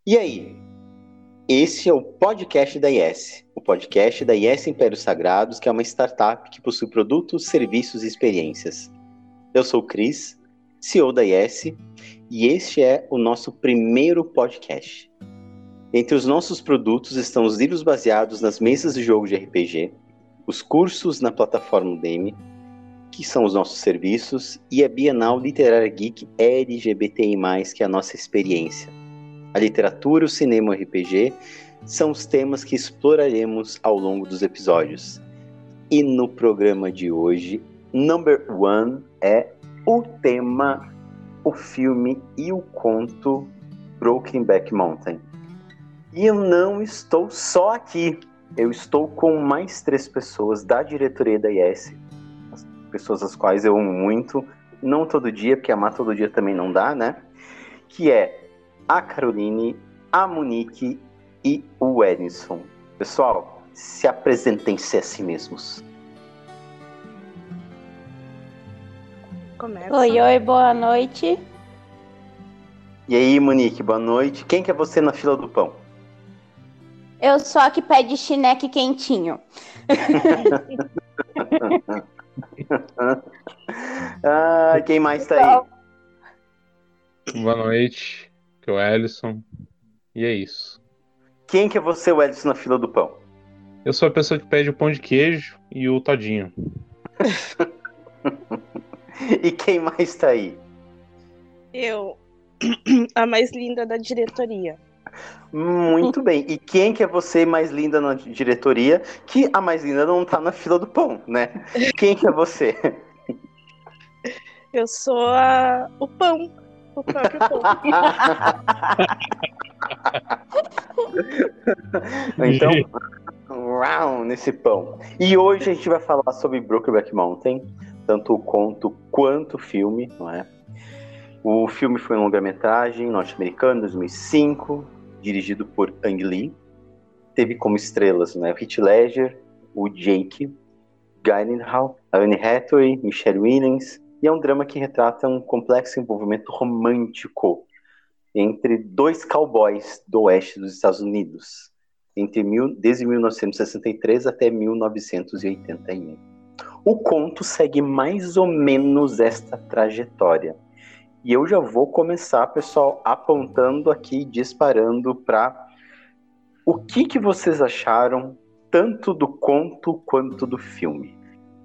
E aí? Esse é o podcast da IES, o podcast da IES Impérios Sagrados, que é uma startup que possui produtos, serviços e experiências. Eu sou o Cris, CEO da IES, e este é o nosso primeiro podcast. Entre os nossos produtos estão os livros baseados nas mesas de jogo de RPG, os cursos na plataforma Udemy, que são os nossos serviços, e a Bienal Literária Geek LGBTI+, que é a nossa experiência. A literatura, o cinema e o RPG são os temas que exploraremos ao longo dos episódios. E no programa de hoje, number one é o tema, o filme e o conto Brokeback Mountain. E eu não estou só aqui, eu estou com mais 3 pessoas da diretoria da IES, pessoas as quais eu amo muito, não todo dia, porque amar todo dia também não dá, né? Que é a Caroline, a Monique e o Edson. Pessoal, se apresentem-se a si mesmos. Começa. Oi, boa noite. E aí, Monique, boa noite. Quem que é você na fila do pão? Eu sou a que pede chineque quentinho. Quem mais tá aí? Boa noite, que é o Ellison. E é isso. Quem que é você, o Edson, na fila do pão? Eu sou a pessoa que pede o pão de queijo e o todinho. E quem mais tá aí? Eu, a mais linda da diretoria. Muito bem. E quem que é você mais linda na diretoria? Que a mais linda não tá na fila do pão, né? Quem que é você? Eu sou o pão. O próprio pão. Então, round nesse pão. E hoje a gente vai falar sobre Brokeback Mountain, tanto o conto quanto o filme, não é? O filme foi um longa-metragem norte-americano, 2005, dirigido por Ang Lee. Teve como estrelas, né, o Heath Ledger, o Jake Gyllenhaal, a Anne Hathaway, Michelle Williams, e é um drama que retrata um complexo envolvimento romântico entre 2 cowboys do oeste dos Estados Unidos, desde 1963 até 1981. O conto segue mais ou menos esta trajetória. E eu já vou começar, pessoal, apontando aqui, disparando para o que vocês acharam tanto do conto quanto do filme.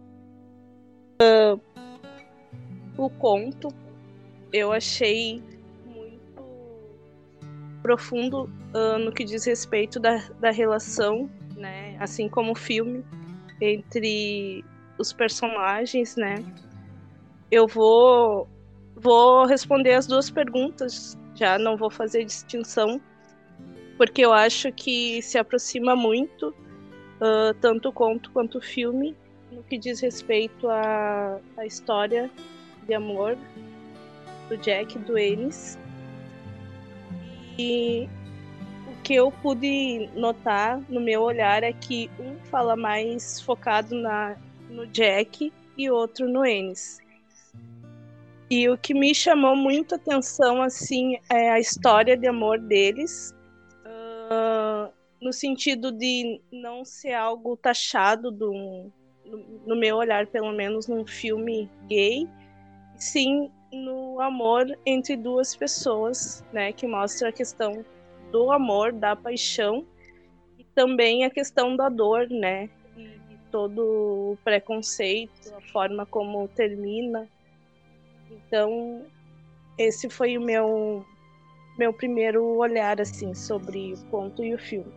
O conto eu achei muito profundo no que diz respeito da relação, né, assim como o filme, entre os personagens, né. Eu vou responder as 2 perguntas, já não vou fazer distinção, porque eu acho que se aproxima muito, tanto o conto quanto o filme, no que diz respeito à história de amor do Jack e do Ennis. E o que eu pude notar no meu olhar é que um fala mais focado no Jack e outro no Ennis. E o que me chamou muito a atenção, assim, é a história de amor deles, no sentido de não ser algo taxado no meu olhar, pelo menos num filme gay, sim no amor entre 2 pessoas, né, que mostra a questão do amor, da paixão, e também a questão da dor, né, e todo o preconceito, a forma como termina. Então, esse foi o meu primeiro olhar, assim, sobre o conto e o filme.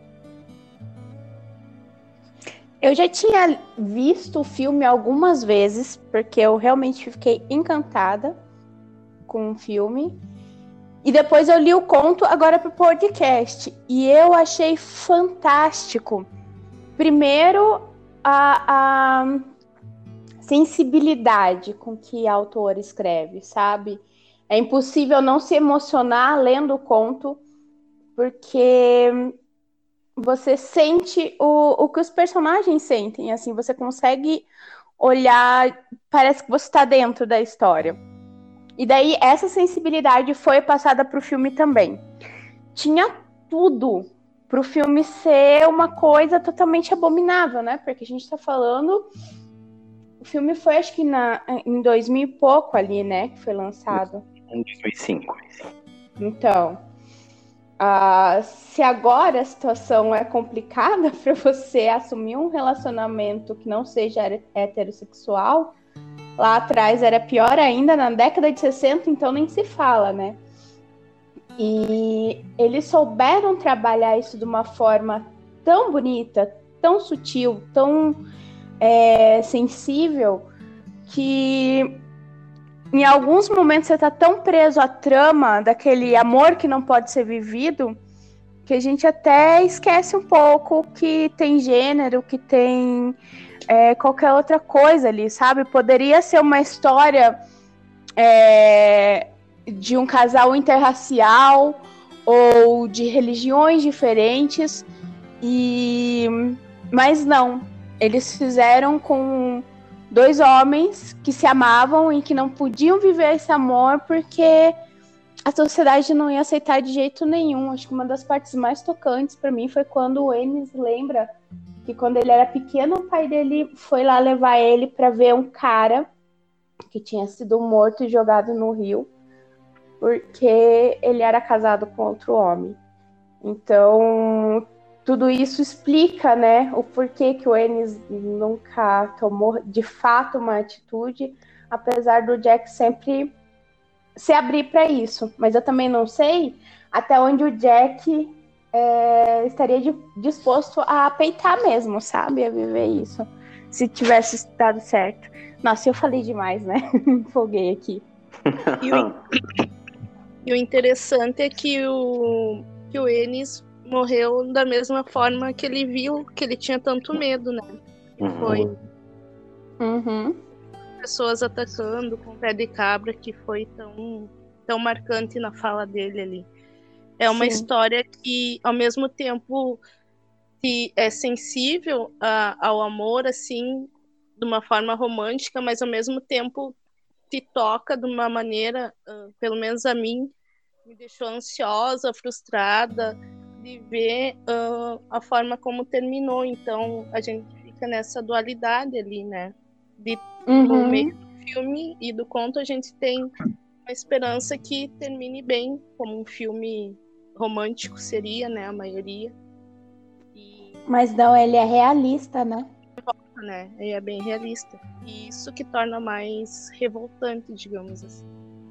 Eu já tinha visto o filme algumas vezes, porque eu realmente fiquei encantada com o filme. E depois eu li o conto agora pro podcast. E eu achei fantástico. Primeiro, a sensibilidade com que a autora escreve, sabe? É impossível não se emocionar lendo o conto, porque você sente o que os personagens sentem, assim, você consegue olhar, parece que você está dentro da história. E daí essa sensibilidade foi passada para o filme também. tinha tudo pro filme ser uma coisa totalmente abominável, né? Porque a gente tá falando... O filme foi, acho que em 2000 e pouco ali, né? Que foi lançado. Em 2005. Então, se agora a situação é complicada para você assumir um relacionamento que não seja heterossexual, lá atrás era pior ainda, na década de 60, então nem se fala, né? E eles souberam trabalhar isso de uma forma tão bonita, tão sutil, tão sensível, que em alguns momentos você tá tão preso à trama daquele amor que não pode ser vivido, que a gente até esquece um pouco que tem gênero, que tem qualquer outra coisa ali, sabe? Poderia ser uma história de um casal interracial ou de religiões diferentes, mas não. Eles fizeram com 2 homens que se amavam e que não podiam viver esse amor porque a sociedade não ia aceitar de jeito nenhum. Acho que uma das partes mais tocantes para mim foi quando o Ennis lembra que quando ele era pequeno, o pai dele foi lá levar ele para ver um cara que tinha sido morto e jogado no rio porque ele era casado com outro homem. Então, tudo isso explica, né, o porquê que o Ennis nunca tomou de fato uma atitude, apesar do Jack sempre se abrir para isso. Mas eu também não sei até onde o Jack estaria disposto a peitar mesmo, sabe? A viver isso, se tivesse dado certo. Nossa, eu falei demais, né? Empolguei aqui. E o interessante é que o Ennis morreu da mesma forma que ele viu que ele tinha tanto medo, né? Foi pessoas atacando com pé de cabra, que foi tão marcante na fala dele ali. É uma história que, ao mesmo tempo que é sensível ao amor, assim, de uma forma romântica, mas ao mesmo tempo te toca de uma maneira, pelo menos a mim, me deixou ansiosa, frustrada de ver a forma como terminou. Então a gente fica nessa dualidade ali, né? No meio do filme e do conto a gente tem uma esperança que termine bem, como um filme romântico seria, né? A maioria. Mas não, ele é realista, né? Ele é bem realista. E isso que torna mais revoltante, digamos assim.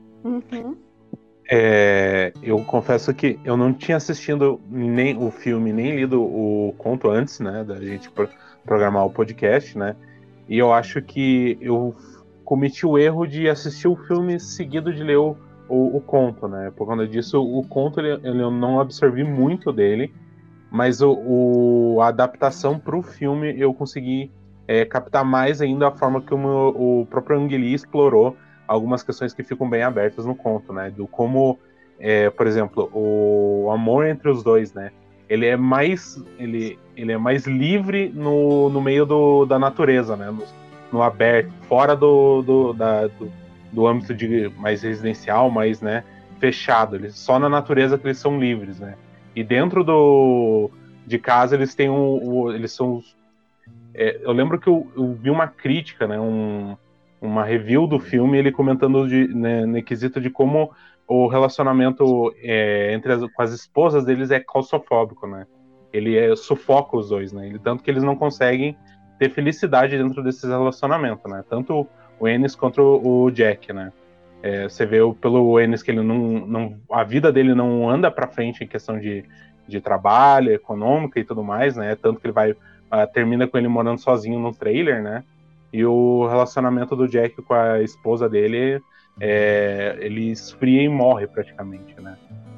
Eu confesso que eu não tinha assistido nem o filme, nem lido o conto antes, né, da gente programar o podcast, né, e eu acho que eu cometi o erro de assistir o filme seguido de ler o conto, né, por conta disso, o conto eu não absorvi muito dele, mas a adaptação para o filme eu consegui captar mais ainda a forma que o próprio Ang Lee explorou algumas questões que ficam bem abertas no conto, né? Do como, por exemplo, o amor entre os dois, né? Ele é mais livre no meio da natureza, né? No aberto, fora do âmbito mais residencial, mais, né, fechado. Só na natureza que eles são livres, né? E dentro de casa eles têm eles são... eu lembro que eu vi uma crítica, né? Uma review do filme, ele comentando no quesito de como o relacionamento com as esposas deles é claustrofóbico, né? Ele sufoca os dois, né? Tanto que eles não conseguem ter felicidade dentro desses relacionamentos, né? Tanto o Ennis quanto o Jack, né? Você vê pelo Ennis que ele a vida dele não anda para frente em questão de trabalho, econômica e tudo mais, né? Tanto que ele termina com ele morando sozinho num trailer, né? E o relacionamento do Jack com a esposa dele, ele esfria e morre praticamente, né?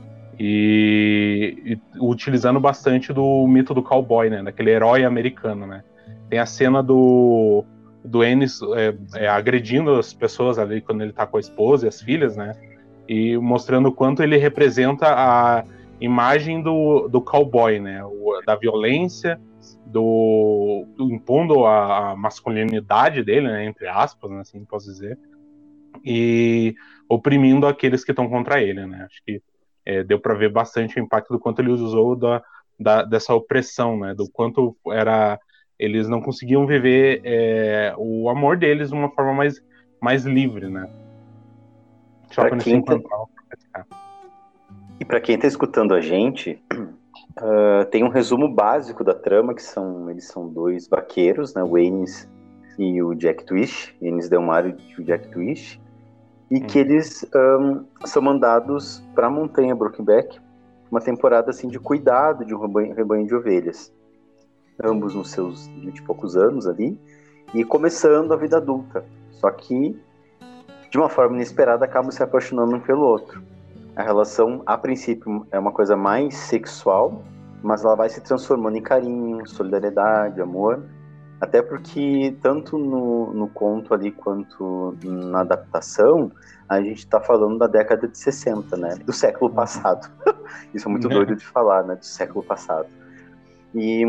E utilizando bastante do mito do cowboy, né? Daquele herói americano, né? Tem a cena do Ennis agredindo as pessoas ali quando ele tá com a esposa e as filhas, né? E mostrando o quanto ele representa a imagem do cowboy, né? Da violência, do impondo a masculinidade dele, né, entre aspas, né, assim posso dizer, e oprimindo aqueles que estão contra ele, né? Acho que deu para ver bastante o impacto do quanto ele usou dessa opressão, né? Do quanto eles não conseguiam viver o amor deles de uma forma mais livre, né? Só quando se encontravam pra praticar. E para quem está escutando a gente, tem um resumo básico da trama, eles são dois vaqueiros, né? O Ennis e o Jack Twist, Ennis Delmar e o Jack Twist, e que eles são mandados para a montanha Brokeback, uma temporada assim de cuidado de um rebanho de ovelhas, ambos nos seus 20 e poucos anos ali, e começando a vida adulta, só que de uma forma inesperada acabam se apaixonando um pelo outro. A relação, a princípio, é uma coisa mais sexual, mas ela vai se transformando em carinho, solidariedade, amor, até porque tanto no conto ali quanto na adaptação, a gente está falando da década de 60, né? Do século passado. Isso é muito doido de falar, né? Do século passado. E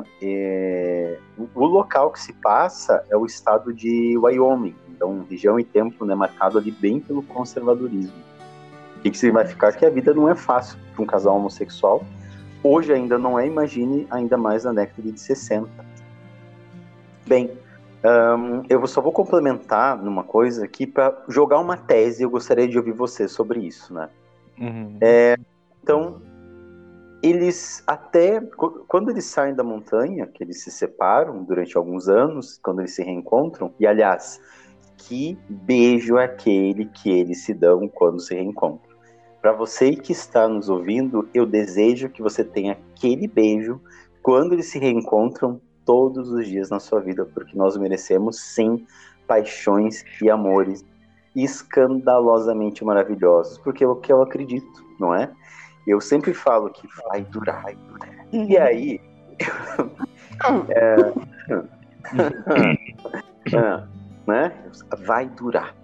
o local que se passa é o estado de Wyoming, então região e tempo, né, marcado ali bem pelo conservadorismo. O que significa que a vida não é fácil para um casal homossexual. Hoje ainda não é, imagine ainda mais na década de 60. Bem, eu só vou complementar numa coisa aqui para jogar uma tese. Eu gostaria de ouvir você sobre isso, né? Uhum. Então, eles até quando eles saem da montanha, que eles se separam durante alguns anos, quando eles se reencontram, e aliás, que beijo é aquele que eles se dão quando se reencontram? Para você que está nos ouvindo, eu desejo que você tenha aquele beijo quando eles se reencontram todos os dias na sua vida, porque nós merecemos, sim, paixões e amores escandalosamente maravilhosos, porque é o que eu acredito, não é? Eu sempre falo que vai durar. E aí... né? Vai durar.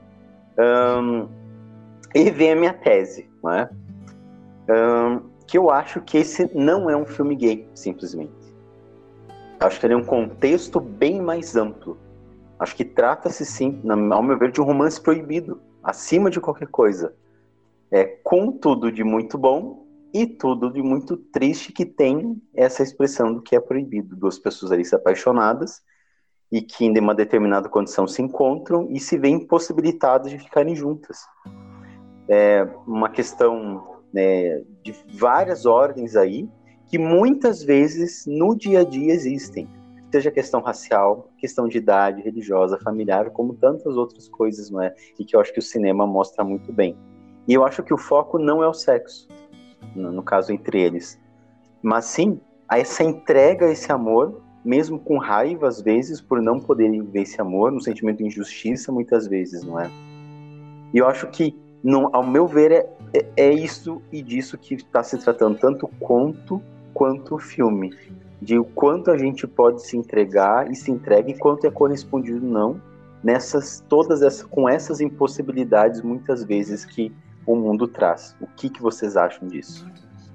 E vem a minha tese, né? Que eu acho que esse não é um filme gay, simplesmente. Acho que ele é um contexto bem mais amplo. Acho que trata-se, sim, ao meu ver, de um romance proibido, acima de qualquer coisa. Com tudo de muito bom e tudo de muito triste, que tem essa expressão do que é proibido. Duas pessoas ali se apaixonadas e que em uma determinada condição se encontram e se veem impossibilitadas de ficarem juntas. Uma questão, né, de várias ordens aí, que muitas vezes no dia a dia existem, seja questão racial, questão de idade, religiosa, familiar, como tantas outras coisas, não é? E que eu acho que o cinema mostra muito bem. E eu acho que o foco não é o sexo, no caso entre eles, mas sim essa entrega a esse amor, mesmo com raiva às vezes, por não poderem viver esse amor, no sentimento de injustiça muitas vezes, não é? E eu acho que, ao meu ver, é isso e disso que está se tratando, tanto o conto quanto o filme, de o quanto a gente pode se entregar e se entrega, e quanto é correspondido não, com essas impossibilidades muitas vezes que o mundo traz. O que vocês acham disso?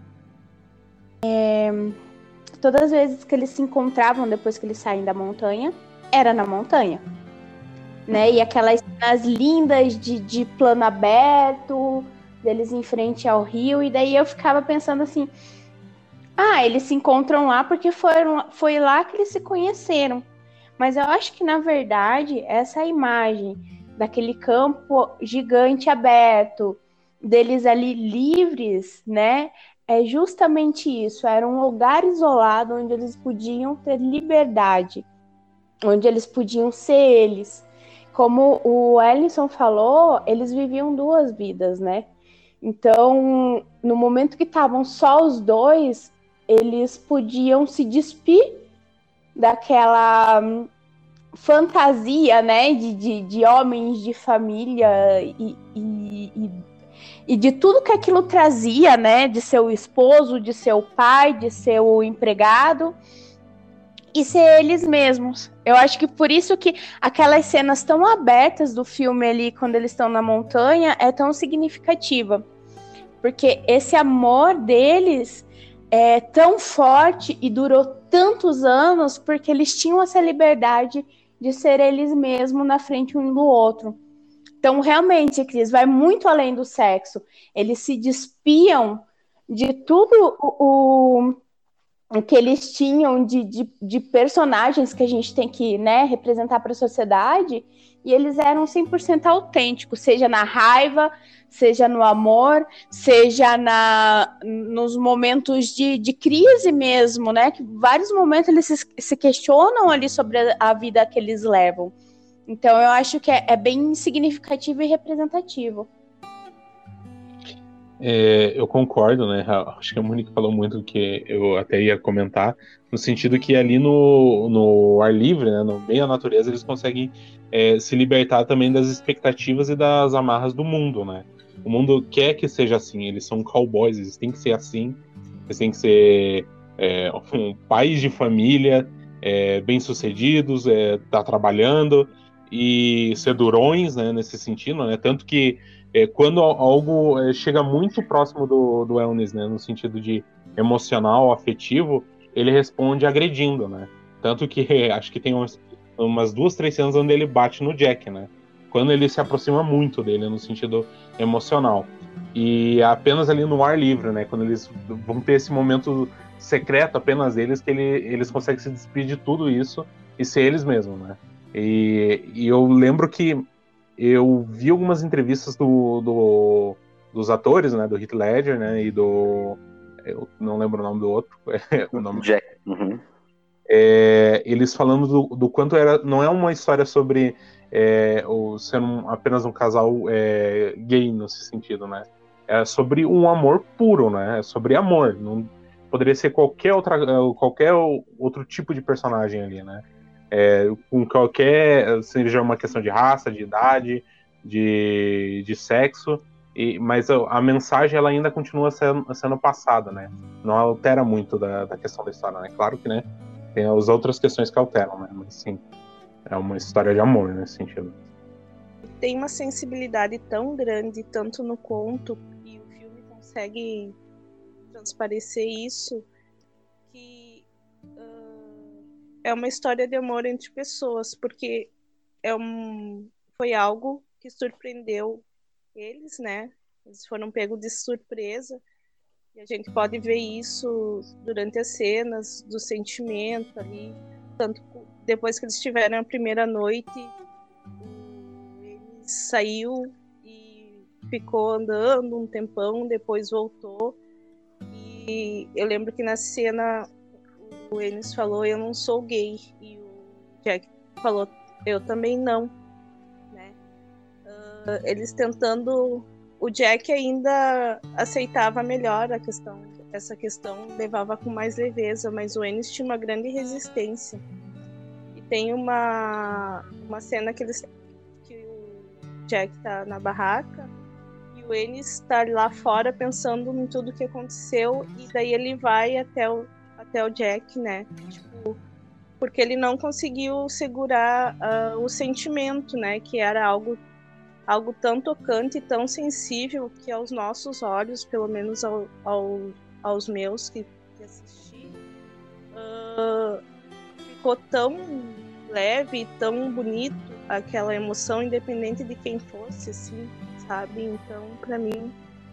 Todas as vezes que eles se encontravam depois que eles saem da montanha, era na montanha, né? E aquelas cenas lindas de plano aberto, deles em frente ao rio, e daí eu ficava pensando assim, eles se encontram lá porque foi lá que eles se conheceram. Mas eu acho que, na verdade, essa imagem daquele campo gigante aberto, deles ali livres, né? É justamente isso. Era um lugar isolado onde eles podiam ter liberdade, onde eles podiam ser eles. Como o Ellison falou, eles viviam duas vidas, né? Então, no momento que estavam só os dois, eles podiam se despir daquela fantasia, né, de homens de família e de tudo que aquilo trazia, né, de seu esposo, de seu pai, de seu empregado, e ser eles mesmos. Eu acho que por isso que aquelas cenas tão abertas do filme ali, quando eles estão na montanha, é tão significativa. Porque esse amor deles é tão forte e durou tantos anos porque eles tinham essa liberdade de ser eles mesmos na frente um do outro. Então, realmente, Cris, vai muito além do sexo. Eles se despiam de tudo o que eles tinham de personagens que a gente tem que, né, representar para a sociedade, e eles eram 100% autênticos, seja na raiva, seja no amor, seja nos momentos de crise mesmo, né, que vários momentos eles se questionam ali sobre a vida que eles levam. Então, eu acho que é bem significativo e representativo. Eu concordo, né? Acho que a Mônica falou muito do que eu até ia comentar, no sentido que ali no ar livre, né, no meio da natureza, eles conseguem se libertar também das expectativas e das amarras do mundo, né? O mundo quer que seja assim, eles são cowboys, eles têm que ser assim, eles têm que ser pais de família, bem-sucedidos, tá trabalhando e ser durões, né, nesse sentido, né? Tanto que quando algo chega muito próximo do Elnis, né, no sentido de emocional, afetivo, ele responde agredindo, né? Tanto que acho que tem umas 2, 3 cenas onde ele bate no Jack, né? Quando ele se aproxima muito dele, no sentido emocional. E apenas ali no ar livre, né? Quando eles vão ter esse momento secreto apenas deles, que eles conseguem se despedir de tudo isso e ser eles mesmos, né? E eu lembro que eu vi algumas entrevistas dos atores, né, do Heath Ledger, né, e eu não lembro o nome do outro, o nome Jack. Uhum. Eles falando do quanto não é uma história sobre ser apenas um casal gay nesse sentido, né, é sobre um amor puro, né, é sobre amor, não poderia ser qualquer outro tipo de personagem ali, né. Com qualquer, seja uma questão de raça, de idade, de sexo, mas a mensagem ela ainda continua sendo passada, né? Não altera muito da questão da história, né? Claro que, né, tem as outras questões que alteram, né? Mas sim, é uma história de amor nesse sentido. Tem uma sensibilidade tão grande, tanto no conto, e o filme consegue transparecer isso, que é uma história de amor entre pessoas, porque foi algo que surpreendeu eles, né? Eles foram pegos de surpresa, e a gente pode ver isso durante as cenas do sentimento ali, tanto depois que eles tiveram a primeira noite, ele saiu e ficou andando um tempão, depois voltou, e eu lembro que na cena o Ennis falou, eu não sou gay, e o Jack falou, eu também não, né? Eles tentando, o Jack ainda aceitava melhor essa questão levava com mais leveza, mas o Ennis tinha uma grande resistência. E tem uma cena que o Jack tá na barraca e o Ennis tá lá fora pensando em tudo que aconteceu, e daí ele vai até o Jack, né? Tipo, porque ele não conseguiu segurar o sentimento, né? Que era algo tão tocante e tão sensível que aos nossos olhos, pelo menos aos meus que assisti, ficou tão leve, tão bonito aquela emoção, independente de quem fosse, assim, sabe? Então, para mim,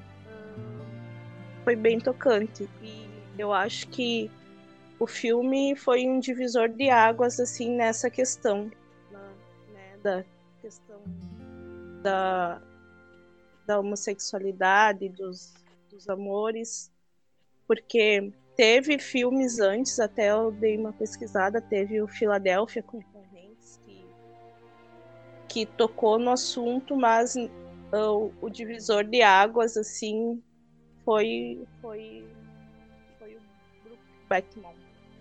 foi bem tocante. E eu acho que o filme foi um divisor de águas, assim, nessa questão, né, da questão da homossexualidade, dos amores, porque teve filmes antes, até eu dei uma pesquisada, teve o Filadélfia com Tom Hanks, que tocou no assunto, mas o divisor de águas, assim, foi o Brokeback Mountain.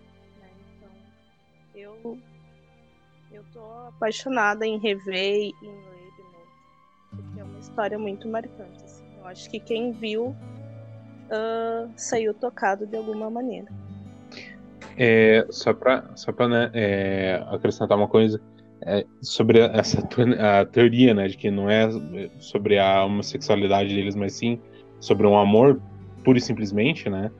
Eu tô apaixonada em rever e em ler de novo, porque é uma história muito marcante, assim. Eu acho que quem viu saiu tocado de alguma maneira. Só pra né, acrescentar uma coisa sobre a teoria, né, de que não é sobre a homossexualidade deles, mas sim sobre um amor pura e simplesmente, né?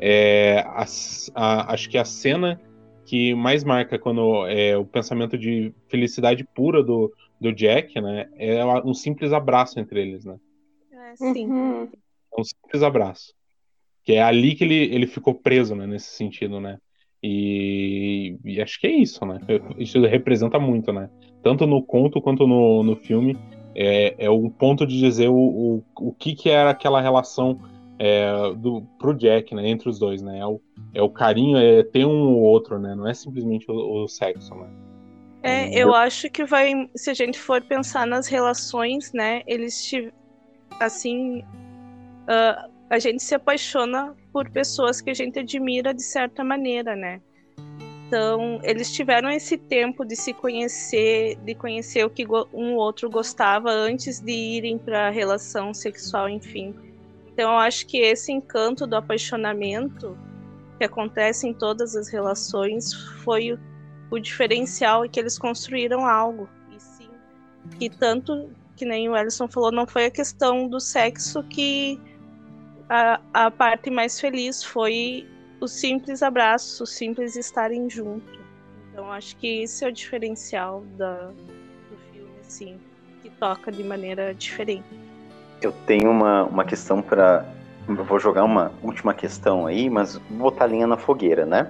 Acho que a cena que mais marca quando o pensamento de felicidade pura do do Jack, né, é um simples abraço entre eles, né? Sim. Uhum. É um simples abraço. Que é ali que ele ficou preso, né, nesse sentido, né? E acho que é isso, né? Isso representa muito, né? Tanto no conto quanto no filme. É um ponto de dizer o que era aquela relação pro Jack, né? Entre os dois, né? É o carinho, é ter um ou outro, né? Não é simplesmente o sexo, né? Eu acho que se a gente for pensar nas relações, né? Assim, a gente se apaixona por pessoas que a gente admira de certa maneira, né? Então, eles tiveram esse tempo de se conhecer, de conhecer o que um outro gostava antes de irem para a relação sexual, enfim. Então, eu acho que esse encanto do apaixonamento que acontece em todas as relações foi o diferencial e que eles construíram algo. E sim, que tanto, que nem o Ellison falou, não foi a questão do sexo que a parte mais feliz foi o simples abraço, o simples estarem juntos. Então acho que esse é o diferencial do filme, assim, que toca de maneira diferente. Eu tenho uma questão para... Eu vou jogar uma última questão aí, mas vou botar a linha na fogueira, né?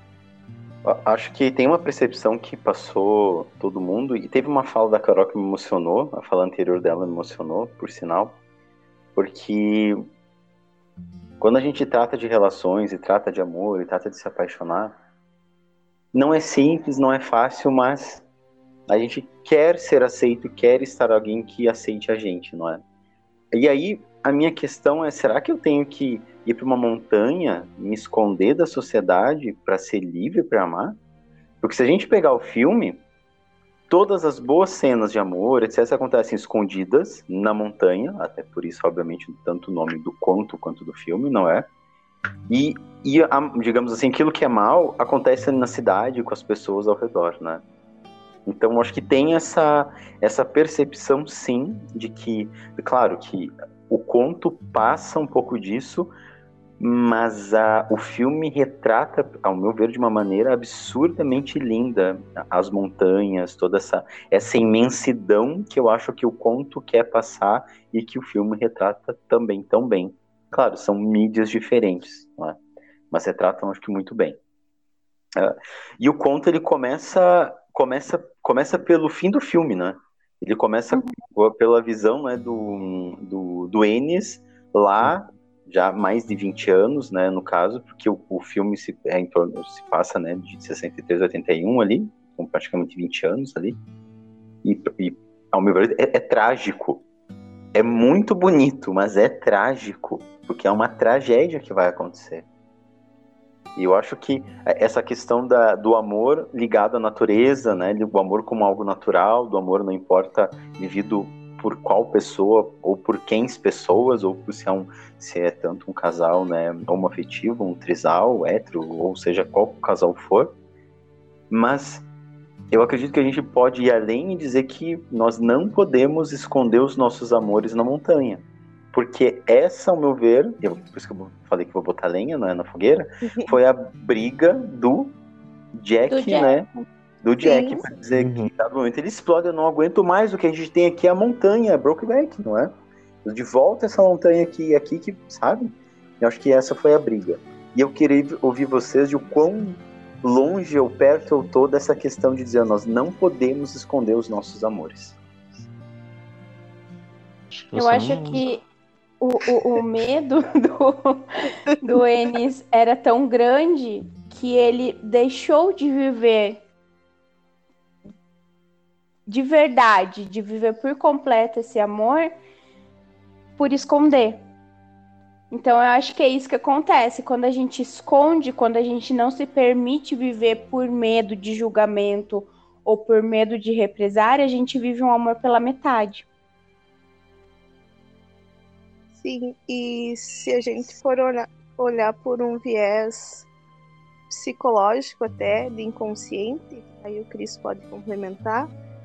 Acho que tem uma percepção que passou todo mundo, e teve uma fala da Carol que me emocionou, a fala anterior dela me emocionou, por sinal, porque quando a gente trata de relações, e trata de amor, e trata de se apaixonar, não é simples, não é fácil, mas a gente quer ser aceito, quer estar alguém que aceite a gente, não é? E aí, a minha questão é, será que eu tenho que ir para uma montanha, me esconder da sociedade para ser livre, para amar? Porque se a gente pegar o filme, todas as boas cenas de amor, etc., acontecem escondidas na montanha, até por isso, obviamente, tanto o nome do conto quanto do filme, não é? E digamos assim, aquilo que é mal acontece na cidade com as pessoas ao redor, né? Então, eu acho que tem essa percepção, sim, de que, claro, que o conto passa um pouco disso, mas o filme retrata, ao meu ver, de uma maneira absurdamente linda as montanhas, toda essa imensidão que eu acho que o conto quer passar e que o filme retrata também tão bem. Claro, são mídias diferentes, não é? Mas retratam, acho que, muito bem. E o conto, ele começa pelo fim do filme, né? Ele começa pela visão, né, do Ennis lá, já mais de 20 anos, né, no caso, porque o filme se passa, né, de 63 a 81 ali, com praticamente 20 anos ali. E ao meu ver, é trágico. É muito bonito, mas é trágico, porque é uma tragédia que vai acontecer. E eu acho que essa questão do amor ligado à natureza, né, do amor como algo natural, do amor não importa vivido por qual pessoa, ou por quem pessoas, ou por se é tanto um casal, né, homoafetivo, um trisal, hétero, ou seja, qual casal for. Mas eu acredito que a gente pode ir além e dizer que nós não podemos esconder os nossos amores na montanha. Porque essa, ao meu ver, por isso que eu falei que vou botar lenha, né, na fogueira, foi a briga do Jack, né? Do Jack, para dizer que, no momento, ele explode, eu não aguento mais, o que a gente tem aqui é a montanha, é Brokeback, não é? De volta essa montanha aqui, que, sabe? Eu acho que essa foi a briga. E eu queria ouvir vocês de o quão longe ou perto eu tô dessa questão de dizer, nós não podemos esconder os nossos amores. Eu acho que o medo do Ennis era tão grande que ele deixou de viver de verdade, de viver por completo esse amor, por esconder. Então eu acho que é isso que acontece, quando a gente esconde, quando a gente não se permite viver por medo de julgamento ou por medo de represária, a gente vive um amor pela metade. Sim, e se a gente for olhar por um viés psicológico até, de inconsciente, aí o Cris pode complementar,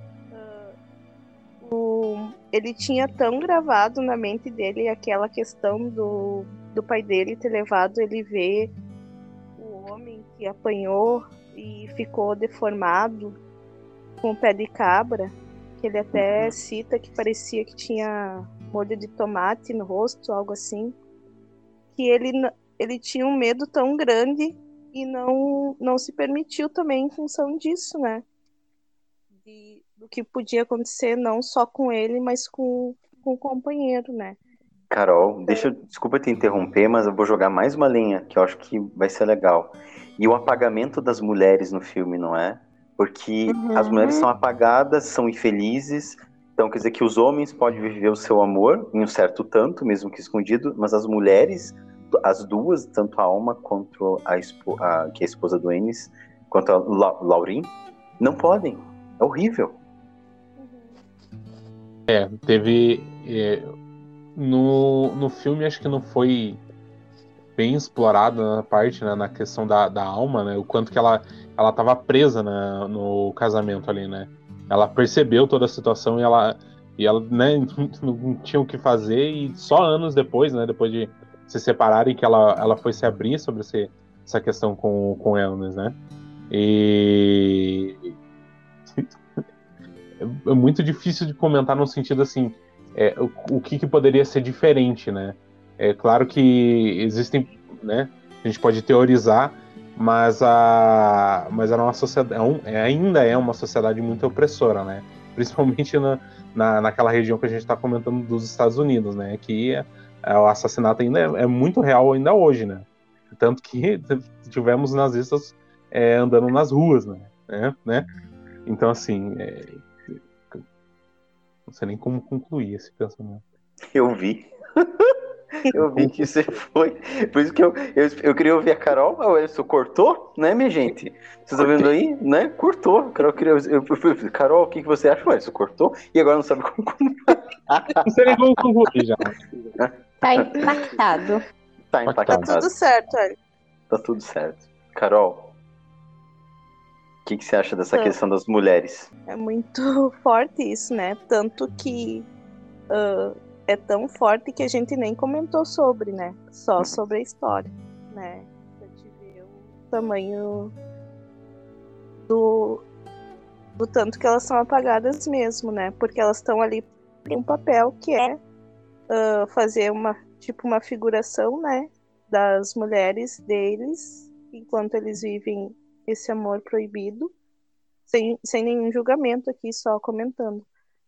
ele tinha tão gravado na mente dele aquela questão do pai dele ter levado ele ver o homem que apanhou e ficou deformado com o pé de cabra, que ele até cita que parecia que tinha molho de tomate no rosto, algo assim, que ele tinha um medo tão grande e não se permitiu também em função disso, né? Do que podia acontecer não só com ele, mas com o companheiro, né? Carol, desculpa te interromper, mas eu vou jogar mais uma linha que eu acho que vai ser legal. E o apagamento das mulheres no filme, não é? Porque as mulheres são apagadas, são infelizes, então quer dizer que os homens podem viver o seu amor em um certo tanto, mesmo que escondido, mas as mulheres, as duas, tanto a Alma quanto que é a esposa do Ennis, quanto a Laurin, não podem. É horrível. Teve... No filme, acho que não foi bem explorada na parte, né, na questão da alma, né, o quanto que ela estava presa no casamento ali, né. Ela percebeu toda a situação e ela né, não tinha o que fazer, e só anos depois, né, depois de se separarem, que ela foi se abrir sobre essa questão com Elnis, né. E é muito difícil de comentar no sentido assim, o que poderia ser diferente, né? É claro que existem, né? A gente pode teorizar, mas era uma sociedade, ainda é uma sociedade muito opressora, né? Principalmente naquela região que a gente está comentando dos Estados Unidos, né? Que o assassinato ainda é muito real ainda hoje, né? Tanto que tivemos nazistas andando nas ruas, né? Então, assim, não sei nem como concluir esse pensamento. Eu vi. Eu vi que você foi. Por isso que eu queria ouvir a Carol, mas o Elson cortou, né, minha gente? Vocês estão vendo aí, né? Cortou. Carol, o que você acha? O Elson cortou e agora não sabe como. Não sei nem como concluir já. Tá impactado. Tá impactado. Tá tudo certo, Elson. Tá tudo certo. Carol, o que você acha dessa questão das mulheres? É muito forte isso, né? Tanto que é tão forte que a gente nem comentou sobre, né? Só sobre a história, né? Pra te ver o tamanho do tanto que elas são apagadas mesmo, né? Porque elas estão ali em um papel que é fazer uma figuração, né? Das mulheres deles, enquanto eles vivem esse amor proibido, sem nenhum julgamento aqui, só comentando.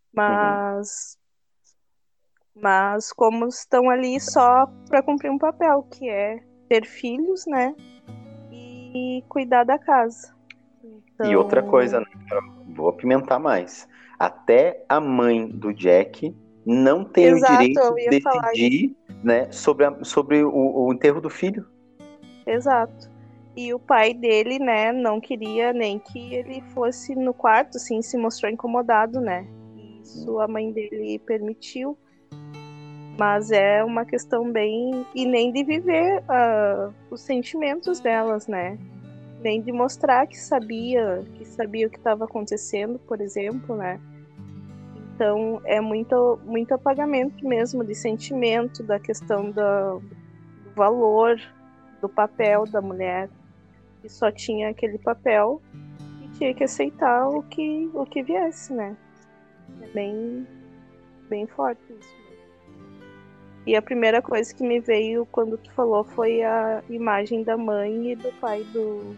Mas como estão ali só para cumprir um papel, que é ter filhos, né? E cuidar da casa. Então... E outra coisa, né, Carol? Vou apimentar mais. Até a mãe do Jack não tem o direito de decidir, né, sobre o enterro do filho. Exato. E o pai dele, né, não queria nem que ele fosse no quarto, assim, se mostrou incomodado, né? Isso a mãe dele permitiu. Mas é uma questão bem... E nem de viver os sentimentos delas, né? Nem de mostrar que sabia o que estava acontecendo, por exemplo, né? Então é muito, muito apagamento mesmo de sentimento, da questão do valor, do papel da mulher, que só tinha aquele papel e tinha que aceitar o que viesse, né? É bem, bem forte isso. E a primeira coisa que me veio quando tu falou foi a imagem da mãe e do pai do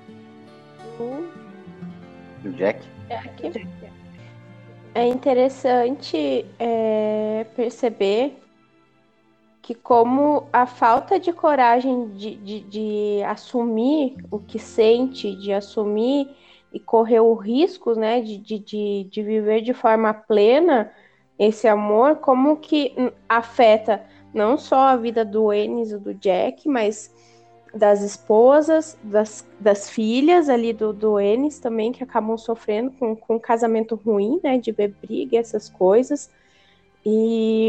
Jack. É interessante perceber que como a falta de coragem de assumir o que sente, de assumir e correr o risco, né, de viver de forma plena esse amor, como que afeta não só a vida do Ennis e do Jack, mas das esposas, das filhas ali do Ennis também, que acabam sofrendo com um casamento ruim, né, de ver briga, essas coisas. E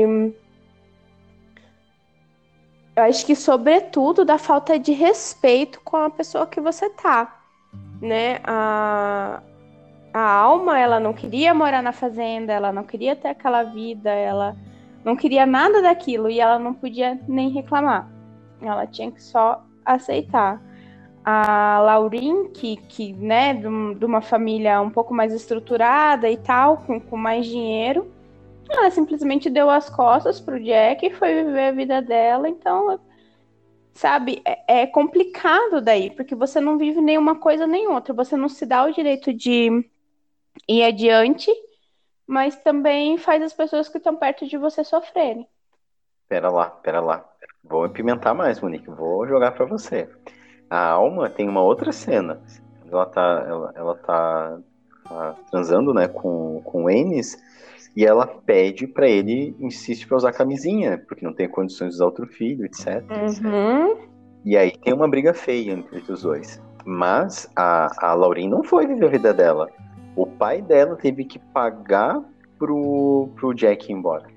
eu acho que, sobretudo, da falta de respeito com a pessoa que você tá, né? A Alma, ela não queria morar na fazenda, ela não queria ter aquela vida, ela não queria nada daquilo e ela não podia nem reclamar. Ela tinha que só aceitar. a Lauren, que né, de uma família um pouco mais estruturada e tal, com mais dinheiro, ela simplesmente deu as costas pro Jack e foi viver a vida dela. Então, sabe, é complicado daí, porque você não vive nenhuma coisa nem outra. Você não se dá o direito de ir adiante, mas também faz as pessoas que estão perto de você sofrerem. Pera lá. Vou apimentar mais, Monique. Vou jogar pra você. A Alma tem uma outra cena. Ela tá transando, né, com o Ennis, e ela pede pra ele, insiste pra usar camisinha, porque não tem condições de usar outro filho, etc. E aí tem uma briga feia entre os dois. Mas a Lauren não foi viver a vida dela. O pai dela teve que pagar pro Jack ir embora.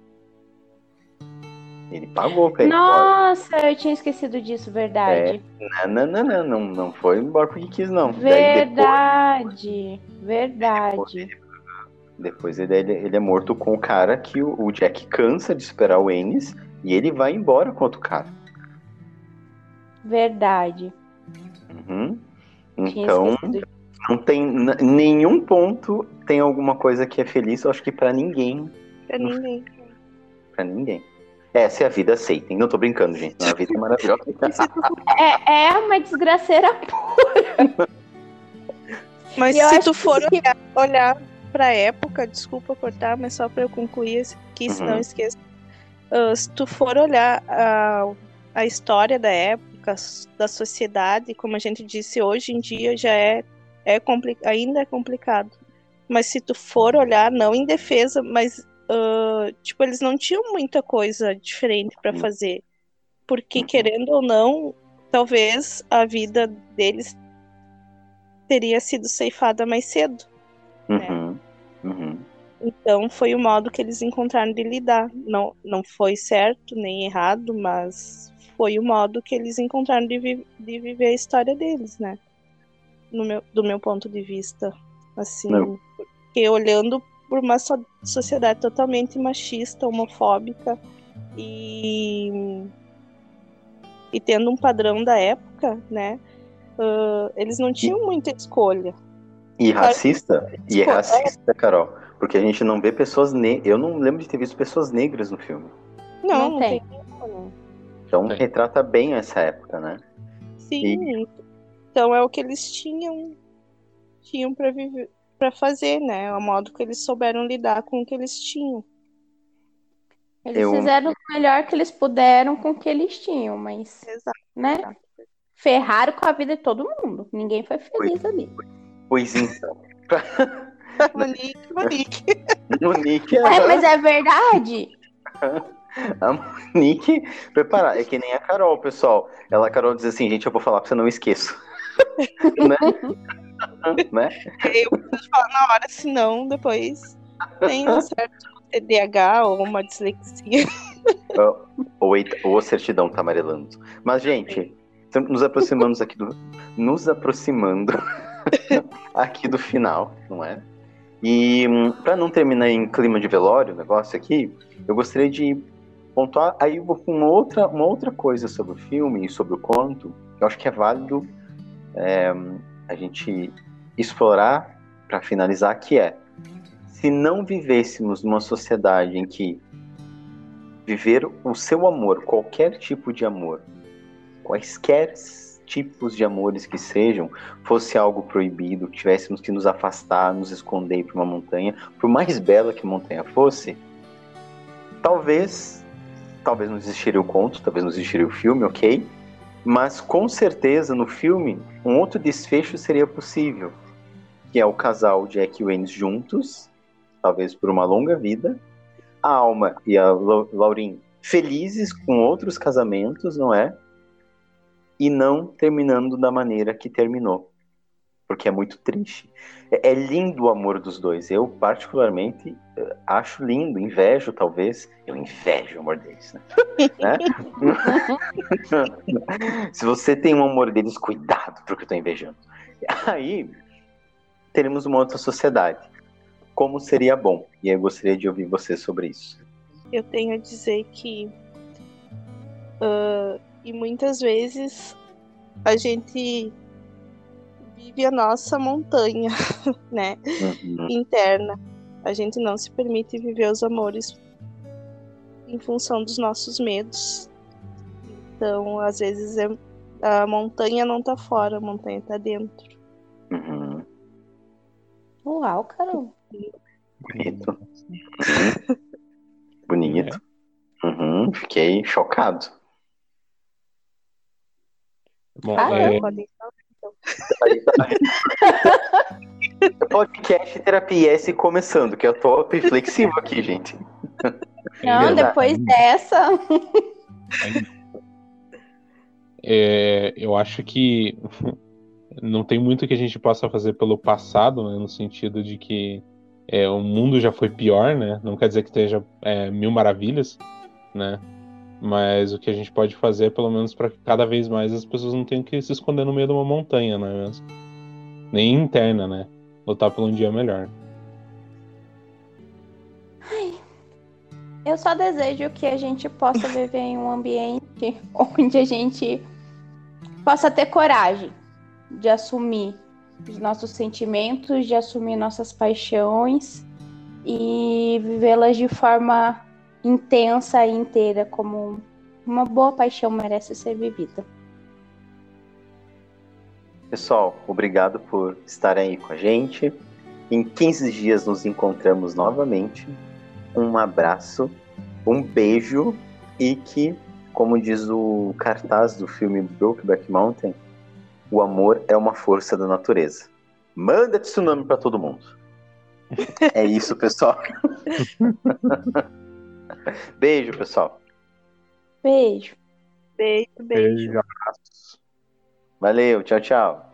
Ele pagou pra ir embora. Nossa, eu tinha esquecido disso, verdade. Não foi embora porque quis, não. Verdade. Depois ele é morto com o cara que o Jack cansa de esperar o Ennis e ele vai embora com outro cara. Verdade. Uhum. Então, não tem nenhum ponto tem alguma coisa que é feliz, eu acho que pra ninguém. Pra ninguém. Essa é a vida, aceitem. Não tô brincando, gente. A vida é maravilhosa. É uma desgraceira pura. Mas se tu for olhar pra época, desculpa cortar, mas só pra eu concluir aqui, senão esqueço. Se tu for olhar a história da época, da sociedade, como a gente disse, hoje em dia já ainda é complicado. Mas se tu for olhar, não em defesa, mas tipo, eles não tinham muita coisa diferente pra fazer. Porque, querendo ou não, talvez a vida deles teria sido ceifada mais cedo. Né? Então foi o modo que eles encontraram de lidar. Não foi certo nem errado, mas foi o modo que eles encontraram de viver a história deles, né? Do meu ponto de vista. Assim, porque olhando por uma sociedade totalmente machista, homofóbica e tendo um padrão da época, né? Eles não tinham muita escolha. E racista? E é racista, Carol. Porque a gente não vê pessoas negras. Eu não lembro de ter visto pessoas negras no filme. Não tem. Então retrata bem essa época, né? Sim. Então é o que eles tinham para viver, para fazer, né? É o modo que eles souberam lidar com o que eles tinham. Eles fizeram o melhor que eles puderam com o que eles tinham, mas né? Ferraram com a vida de todo mundo. Ninguém foi feliz ali. Pois então. Monique. Monique mas é verdade. A Monique, prepara, é que nem a Carol, pessoal. A Carol diz assim, gente, eu vou falar pra você não esqueça. né? Eu preciso falar na hora, senão depois tem um certo TDAH ou uma dislexia. ou a certidão tá amarelando. Mas, gente, nos aproximando aqui do final, não é? E para não terminar em clima de velório o negócio aqui, eu gostaria de pontuar aí uma outra coisa sobre o filme e sobre o conto, que eu acho que é válido a gente explorar para finalizar, que é: se não vivêssemos numa sociedade em que viver o seu amor, qualquer tipo de amor, quaisquer tipos de amores que sejam, fosse algo proibido, tivéssemos que nos afastar, nos esconder para uma montanha, por mais bela que a montanha fosse, talvez não existiria o conto, talvez não existiria o filme, ok? Mas com certeza no filme um outro desfecho seria possível, que é o casal Jack e Ennis juntos, talvez por uma longa vida, a Alma e a Lauren felizes com outros casamentos, não é? E não terminando da maneira que terminou, porque é muito triste. É lindo o amor dos dois. Eu particularmente acho lindo, invejo talvez. Eu invejo o amor deles, né? Se você tem um amor deles, cuidado, porque eu tô invejando. Aí teremos uma outra sociedade. Como seria bom? E eu gostaria de ouvir você sobre isso. Eu tenho a dizer que e muitas vezes a gente vive a nossa montanha, né, interna. A gente não se permite viver os amores em função dos nossos medos. Então, às vezes, a montanha não tá fora, a montanha tá dentro. Uau, Carol. Bonito. Bonito. Fiquei chocado. Bom, Agora podem falar, então. Podcast Terapia S começando, que eu tô reflexivo aqui, gente. Não, Verdade. depois dessa. Eu acho que não tem muito que a gente possa fazer pelo passado, né, no sentido de que o mundo já foi pior, né? Não quer dizer que esteja mil maravilhas, né? Mas o que a gente pode fazer é pelo menos para que cada vez mais as pessoas não tenham que se esconder no meio de uma montanha, não é mesmo? Nem interna, né? Lutar por um dia melhor. Eu só desejo que a gente possa viver em um ambiente onde a gente possa ter coragem de assumir os nossos sentimentos, de assumir nossas paixões e vivê-las de forma intensa e inteira, como uma boa paixão merece ser vivida. Pessoal, obrigado por estarem aí com a gente. Em 15 dias nos encontramos novamente. Um abraço, um beijo e que, como diz o cartaz do filme Brokeback Mountain, o amor é uma força da natureza. Manda tsunami pra todo mundo. É isso, pessoal. Beijo, pessoal. Beijo. Beijo. Beijo. Valeu, tchau, tchau.